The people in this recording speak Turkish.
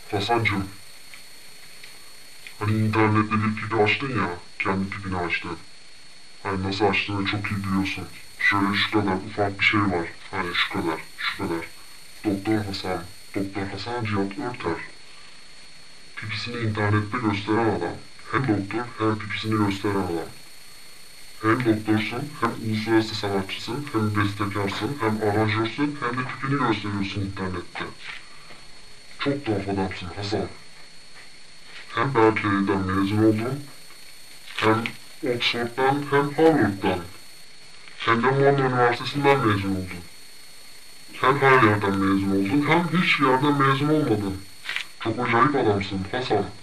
Hasancığım, hani internette bir pipi açtın ya, kendi pipini açtın. Hani nasıl açtığını çok iyi biliyorsun. Şöyle şu kadar ufak bir şey var. Hani şu kadar, şu kadar. Doktor Hasan, Doktor Hasan Cihat Örter. Pipisini internette gösteren adam. Hem doktor hem pipisini gösteren adam. Hem doktorsun, hem uluslararası sanatçısın, hem bestekarsın, hem aranjörsün, hem de pipini gösteriyorsun internette. Çok tuhaf adamsın Hasan. Hem Berkeley'den mezun oldun, hem Oxford'dan hem Harvard'dan, hem de Monash Üniversitesi'nden mezun oldun. Hem her yerden mezun oldun, hem hiçbir yerden mezun olmadın. Çok acayip adamsın Hasan.